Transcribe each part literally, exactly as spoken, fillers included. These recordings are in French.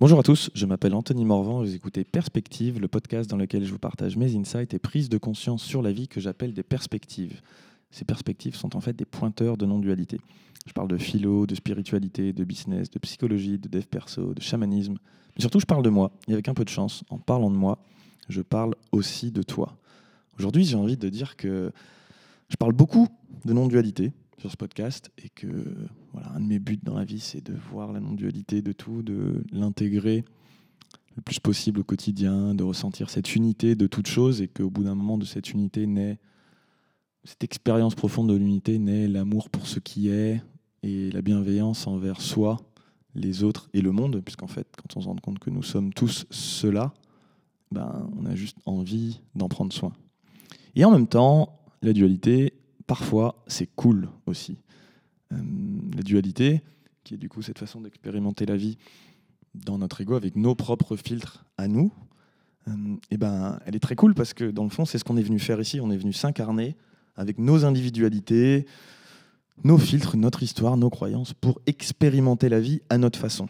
Bonjour à tous, je m'appelle Anthony Morvan et vous écoutez Perspective, le podcast dans lequel je vous partage mes insights et prises de conscience sur la vie que j'appelle des perspectives. Ces perspectives sont en fait des pointeurs de non-dualité. Je parle de philo, de spiritualité, de business, de psychologie, de dev perso, de chamanisme. Mais surtout, je parle de moi. Et avec un peu de chance, en parlant de moi, je parle aussi de toi. Aujourd'hui, j'ai envie de dire que je parle beaucoup de non-dualité sur ce podcast et que voilà, un de mes buts dans la vie, c'est de voir la non-dualité de tout, de l'intégrer le plus possible au quotidien, de ressentir cette unité de toute chose et qu'au bout d'un moment de cette unité naît, cette expérience profonde de l'unité naît l'amour pour ce qui est et la bienveillance envers soi, les autres et le monde, puisqu'en fait, quand on se rend compte que nous sommes tous cela, ben, on a juste envie d'en prendre soin. Et en même temps, la dualité, parfois, c'est cool aussi. Euh, la dualité, qui est du coup cette façon d'expérimenter la vie dans notre ego avec nos propres filtres à nous, euh, et ben, elle est très cool parce que dans le fond, c'est ce qu'on est venu faire ici. On est venu s'incarner avec nos individualités, nos filtres, notre histoire, nos croyances pour expérimenter la vie à notre façon.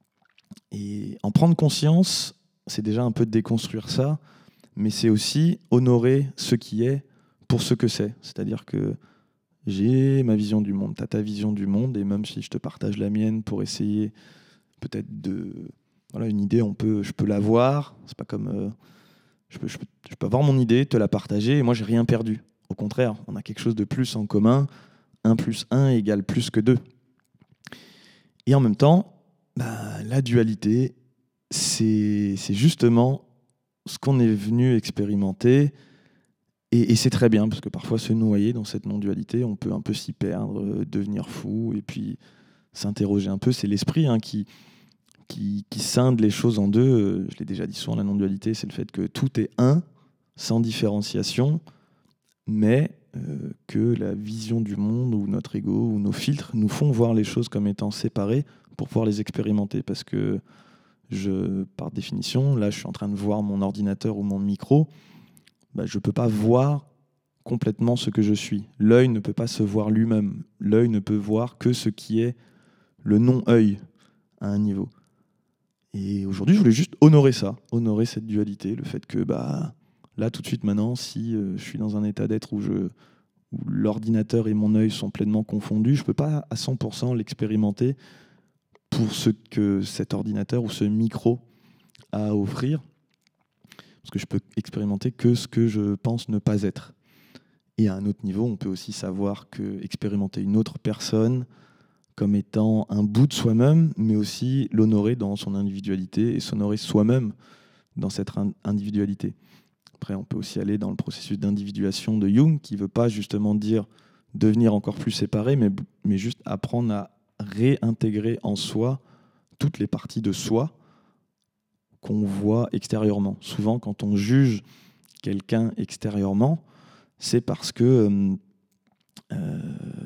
Et en prendre conscience, c'est déjà un peu de déconstruire ça, mais c'est aussi honorer ce qui est pour ce que c'est. C'est-à-dire que j'ai ma vision du monde, tu as ta vision du monde, et même si je te partage la mienne pour essayer peut-être de... Voilà, une idée, on peut, je peux l'avoir, c'est pas comme... Euh, je, peux, je, peux, je peux avoir mon idée, te la partager, et moi j'ai rien perdu. Au contraire, on a quelque chose de plus en commun, un plus un égale plus que deux. Et en même temps, bah, la dualité, c'est, c'est justement ce qu'on est venu expérimenter. Et, et c'est très bien, parce que parfois se noyer dans cette non-dualité, on peut un peu s'y perdre, euh, devenir fou, et puis s'interroger un peu. C'est l'esprit hein, qui, qui, qui scinde les choses en deux. Euh, je l'ai déjà dit souvent, la non-dualité, c'est le fait que tout est un, sans différenciation, mais euh, que la vision du monde, ou notre ego, ou nos filtres, nous font voir les choses comme étant séparées pour pouvoir les expérimenter. Parce que, je, par définition, là, je suis en train de voir mon ordinateur ou mon micro, bah, je ne peux pas voir complètement ce que je suis. L'œil ne peut pas se voir lui-même. L'œil ne peut voir que ce qui est le non-œil à un niveau. Et aujourd'hui, je voulais juste honorer ça, honorer cette dualité, le fait que bah, là, tout de suite maintenant, si euh, je suis dans un état d'être où, je, où l'ordinateur et mon œil sont pleinement confondus, je ne peux pas à cent pour cent l'expérimenter pour ce que cet ordinateur ou ce micro a à offrir. Parce que je peux expérimenter que ce que je pense ne pas être. Et à un autre niveau, on peut aussi savoir que expérimenter une autre personne comme étant un bout de soi-même, mais aussi l'honorer dans son individualité et s'honorer soi-même dans cette individualité. Après, on peut aussi aller dans le processus d'individuation de Jung, qui ne veut pas justement dire devenir encore plus séparé, mais, mais juste apprendre à réintégrer en soi toutes les parties de soi qu'on voit extérieurement. Souvent, quand on juge quelqu'un extérieurement, c'est parce que euh,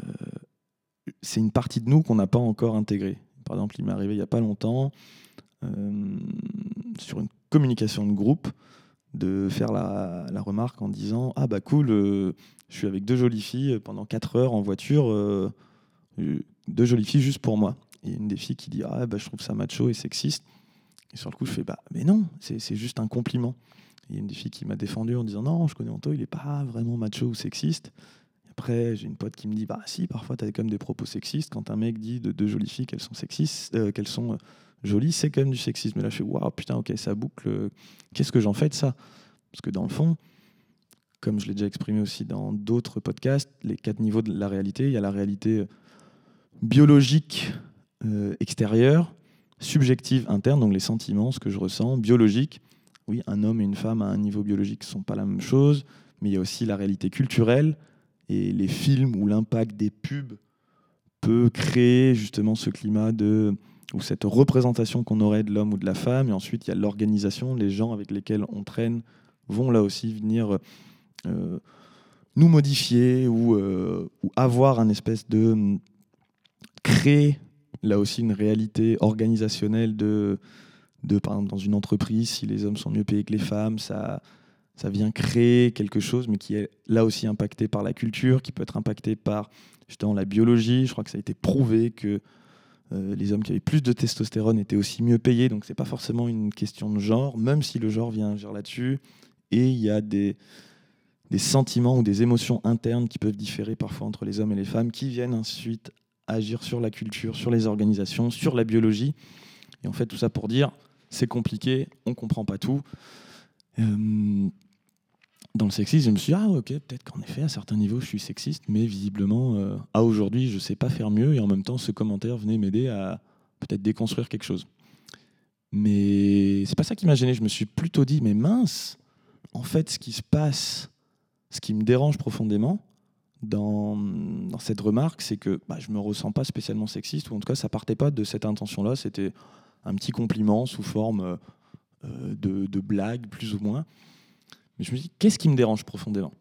c'est une partie de nous qu'on n'a pas encore intégrée. Par exemple, il m'est arrivé il n'y a pas longtemps, euh, sur une communication de groupe, de faire la, la remarque en disant « Ah bah cool, euh, je suis avec deux jolies filles pendant quatre heures en voiture, euh, deux jolies filles juste pour moi. » Et une des filles qui dit « Ah bah je trouve ça macho et sexiste. » Et sur le coup, je fais bah, « Mais non, c'est, c'est juste un compliment. » Il y a une des filles qui m'a défendu en disant « Non, je connais Anto, il n'est pas vraiment macho ou sexiste. » Après, j'ai une pote qui me dit « Bah si, parfois, tu as quand même des propos sexistes. Quand un mec dit de deux jolies filles qu'elles sont sexistes, euh, qu'elles sont euh, jolies, c'est quand même du sexisme. » Mais là, je fais « Waouh, putain, ok, ça boucle. Qu'est-ce que j'en fais de ça ?» Parce que dans le fond, comme je l'ai déjà exprimé aussi dans d'autres podcasts, les quatre niveaux de la réalité, il y a la réalité biologique euh, extérieure, subjective interne, donc les sentiments, ce que je ressens, biologique. Oui, un homme et une femme à un niveau biologique ne sont pas la même chose, mais il y a aussi la réalité culturelle et les films où l'impact des pubs peut créer justement ce climat de, ou cette représentation qu'on aurait de l'homme ou de la femme. Et ensuite, il y a l'organisation, les gens avec lesquels on traîne vont là aussi venir euh, nous modifier ou, euh, ou avoir un espèce de créer là aussi une réalité organisationnelle de, de, par exemple, dans une entreprise, si les hommes sont mieux payés que les femmes, ça, ça vient créer quelque chose, mais qui est là aussi impacté par la culture, qui peut être impacté par justement la biologie. Je crois que ça a été prouvé que Euh, les hommes qui avaient plus de testostérone étaient aussi mieux payés, donc c'est pas forcément une question de genre, même si le genre vient agir là-dessus. Et il y a des, des sentiments ou des émotions internes qui peuvent différer parfois entre les hommes et les femmes, qui viennent ensuite agir sur la culture, sur les organisations, sur la biologie. Et en fait, tout ça pour dire, c'est compliqué, on comprend pas tout. Euh, dans le sexisme, je me suis dit, ah ok, peut-être qu'en effet, à certains niveaux, je suis sexiste, mais visiblement, euh, à aujourd'hui, je sais pas faire mieux, et en même temps, ce commentaire venait m'aider à peut-être déconstruire quelque chose. Mais c'est pas ça qui m'a gêné, je me suis plutôt dit, mais mince, en fait, ce qui se passe, ce qui me dérange profondément dans, dans cette remarque, c'est que bah, je me ressens pas spécialement sexiste, ou en tout cas, ça partait pas de cette intention-là, c'était un petit compliment sous forme euh, de, de blague, plus ou moins. Mais je me dis, qu'est-ce qui me dérange profondément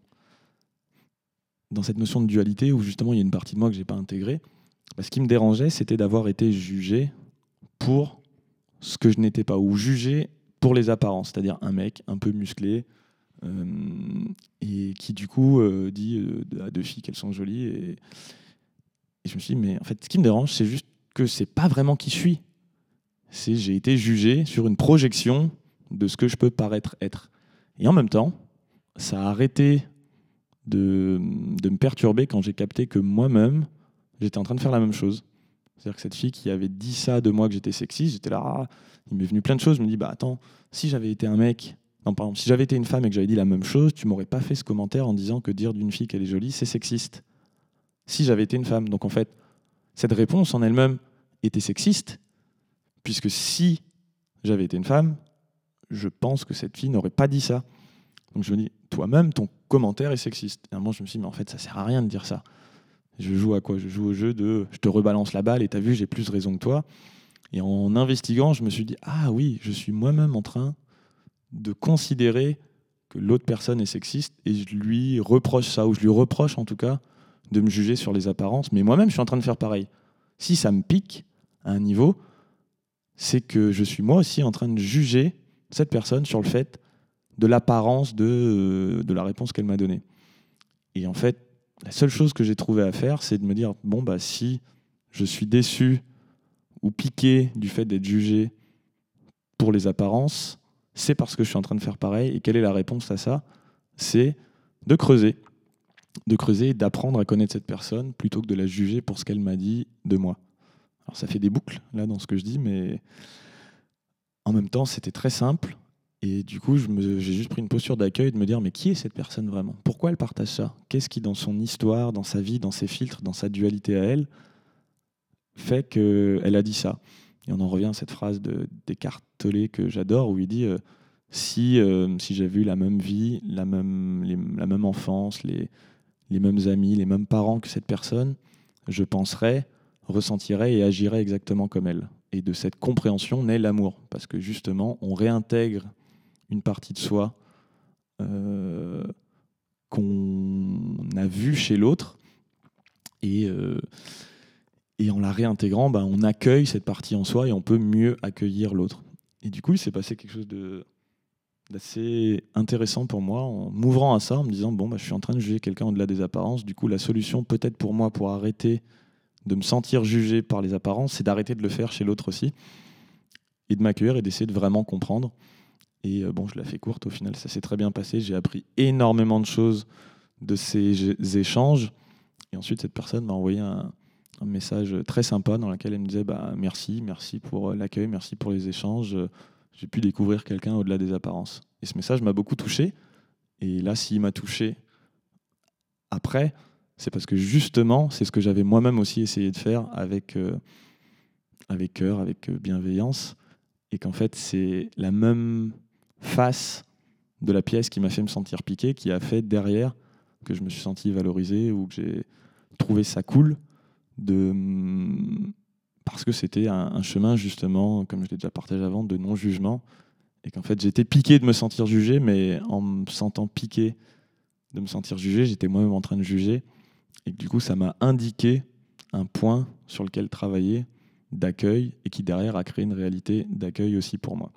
dans cette notion de dualité où justement il y a une partie de moi que je n'ai pas intégrée? Bah, ce qui me dérangeait, c'était d'avoir été jugé pour ce que je n'étais pas, ou jugé pour les apparences, c'est-à-dire un mec un peu musclé euh, et qui du coup euh, dit euh, à deux filles qu'elles sont jolies. Et, et je me suis dit, mais en fait, ce qui me dérange, c'est juste que c'est pas vraiment qui je suis. C'est j'ai été jugé sur une projection de ce que je peux paraître être. Et en même temps, ça a arrêté de, de me perturber quand j'ai capté que moi-même, j'étais en train de faire la même chose. C'est-à-dire que cette fille qui avait dit ça de moi, que j'étais sexiste, j'étais là, ah, il m'est venu plein de choses. Je me dis, bah attends, si j'avais été un mec, non, par exemple, si j'avais été une femme et que j'avais dit la même chose, tu m'aurais pas fait ce commentaire en disant que dire d'une fille qu'elle est jolie, c'est sexiste. Si j'avais été une femme. Donc en fait, cette réponse en elle-même était sexiste, puisque si j'avais été une femme, je pense que cette fille n'aurait pas dit ça. Donc je me dis, toi-même, ton commentaire est sexiste. Et à un moment, je me suis dit, mais en fait, ça sert à rien de dire ça. Je joue à quoi? Je joue au jeu de je te rebalance la balle et t'as vu, j'ai plus raison que toi. Et en investiguant, je me suis dit, ah oui, je suis moi-même en train de considérer que l'autre personne est sexiste et je lui reproche ça, ou je lui reproche en tout cas de me juger sur les apparences. Mais moi-même, je suis en train de faire pareil. Si ça me pique à un niveau, c'est que je suis moi aussi en train de juger cette personne sur le fait de l'apparence de, de la réponse qu'elle m'a donnée. Et en fait, la seule chose que j'ai trouvé à faire, c'est de me dire, bon, bah, si je suis déçu ou piqué du fait d'être jugé pour les apparences, c'est parce que je suis en train de faire pareil. Et quelle est la réponse à ça? C'est de creuser. De creuser et d'apprendre à connaître cette personne plutôt que de la juger pour ce qu'elle m'a dit de moi. Alors ça fait des boucles, là, dans ce que je dis, mais en même temps, c'était très simple. Et du coup, je me, j'ai juste pris une posture d'accueil de me dire, mais qui est cette personne vraiment? Pourquoi elle partage ça? Qu'est-ce qui, dans son histoire, dans sa vie, dans ses filtres, dans sa dualité à elle, fait qu'elle a dit ça? Et on en revient à cette phrase de Descartes que j'adore, où il dit euh, si, euh, si j'avais eu la même vie, la même, les, la même enfance, les, les mêmes amis, les mêmes parents que cette personne, je penserais, ressentirais et agirais exactement comme elle. Et de cette compréhension naît l'amour, parce que justement, on réintègre une partie de soi euh, qu'on a vue chez l'autre, et, euh, et en la réintégrant, bah, on accueille cette partie en soi et on peut mieux accueillir l'autre. Et du coup, il s'est passé quelque chose de, d'assez intéressant pour moi en m'ouvrant à ça, en me disant, bon, bah, je suis en train de juger quelqu'un au-delà des apparences. Du coup, la solution peut-être pour moi, pour arrêter de me sentir jugé par les apparences, c'est d'arrêter de le faire chez l'autre aussi, et de m'accueillir et d'essayer de vraiment comprendre. Et euh, bon, je la fais courte, au final, ça s'est très bien passé. J'ai appris énormément de choses de ces échanges. Et ensuite, cette personne m'a envoyé un, un message très sympa dans lequel elle me disait bah, merci, merci pour l'accueil, merci pour les échanges. J'ai pu découvrir quelqu'un au-delà des apparences. Et ce message m'a beaucoup touché. Et là, s'il m'a touché après, c'est parce que justement, c'est ce que j'avais moi-même aussi essayé de faire avec, euh, avec cœur, avec bienveillance. Et qu'en fait, c'est la même face de la pièce qui m'a fait me sentir piqué, qui a fait derrière que je me suis senti valorisé ou que j'ai trouvé ça cool, de... parce que c'était un, un chemin justement, comme je l'ai déjà partagé avant, de non-jugement, et qu'en fait j'étais piqué de me sentir jugé, mais en me sentant piqué de me sentir jugé, j'étais moi-même en train de juger, et que du coup ça m'a indiqué un point sur lequel travailler, d'accueil, et qui derrière a créé une réalité d'accueil aussi pour moi.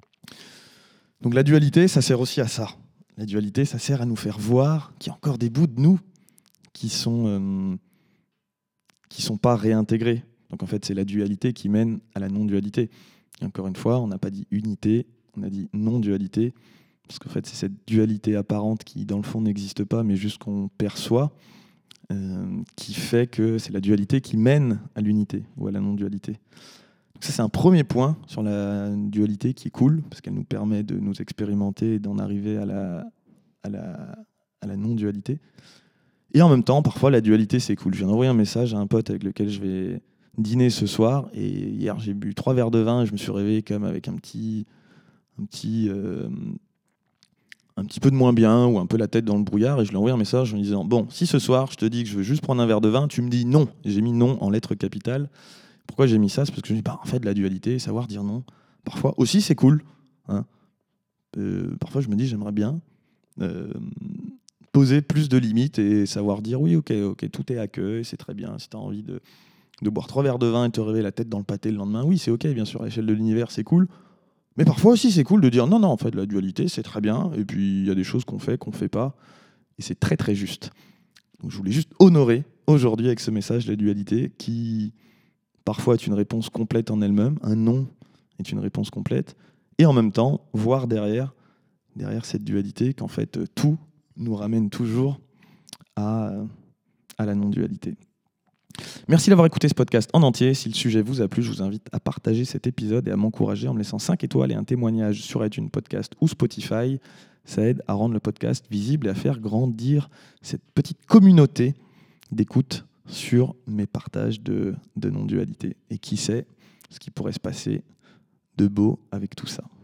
Donc la dualité, ça sert aussi à ça. La dualité, ça sert à nous faire voir qu'il y a encore des bouts de nous qui sont, euh, qui sont pas réintégrés. Donc en fait, c'est la dualité qui mène à la non-dualité. Et encore une fois, on n'a pas dit unité, on a dit non-dualité, parce qu'en fait, c'est cette dualité apparente qui, dans le fond, n'existe pas, mais juste qu'on perçoit, euh, qui fait que c'est la dualité qui mène à l'unité ou à la non-dualité. Donc ça, c'est un premier point sur la dualité qui est cool, parce qu'elle nous permet de nous expérimenter et d'en arriver à la, à la, à la non-dualité. Et en même temps, parfois, la dualité, c'est cool. Je viens d'envoyer un message à un pote avec lequel je vais dîner ce soir, et hier, j'ai bu trois verres de vin, et je me suis réveillé quand même avec un petit... Un petit euh, un petit peu de moins bien ou un peu la tête dans le brouillard, et je lui ai envoyé un message en lui disant bon, si ce soir je te dis que je veux juste prendre un verre de vin, tu me dis non. Et j'ai mis non en lettres capitales. Pourquoi j'ai mis ça? C'est parce que je me dis bah, en fait, la dualité, savoir dire non, parfois aussi c'est cool, hein. Euh, parfois je me dis j'aimerais bien euh, poser plus de limites et savoir dire oui, ok, ok, tout est accueil, c'est très bien. Si tu as envie de, de boire trois verres de vin et te réveiller la tête dans le pâté le lendemain, oui, c'est ok, bien sûr, à l'échelle de l'univers, c'est cool. Mais parfois aussi, c'est cool de dire non, non, en fait, la dualité, c'est très bien. Et puis, il y a des choses qu'on fait, qu'on ne fait pas. Et c'est très, très juste. Donc, je voulais juste honorer aujourd'hui avec ce message la dualité qui, parfois, est une réponse complète en elle-même. Un non est une réponse complète. Et en même temps, voir derrière, derrière cette dualité qu'en fait, tout nous ramène toujours à, à la non-dualité. Merci d'avoir écouté ce podcast en entier. Si le sujet vous a plu, je vous invite à partager cet épisode et à m'encourager en me laissant cinq étoiles et un témoignage sur iTunes Podcast ou Spotify. Ça aide à rendre le podcast visible et à faire grandir cette petite communauté d'écoute sur mes partages de, de non-dualité. Et qui sait ce qui pourrait se passer de beau avec tout ça.